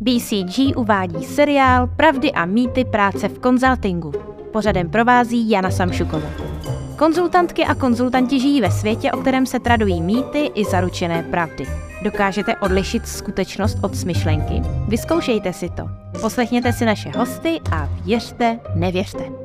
BCG uvádí seriál Pravdy a mýty práce v konzultingu. Pořadem provází Jana Samšuková. Konzultantky a konzultanti žijí ve světě, o kterém se tradují mýty i zaručené pravdy. Dokážete odlišit skutečnost od smyšlenky? Vyzkoušejte si to. Poslechněte si naše hosty a věřte, nevěřte.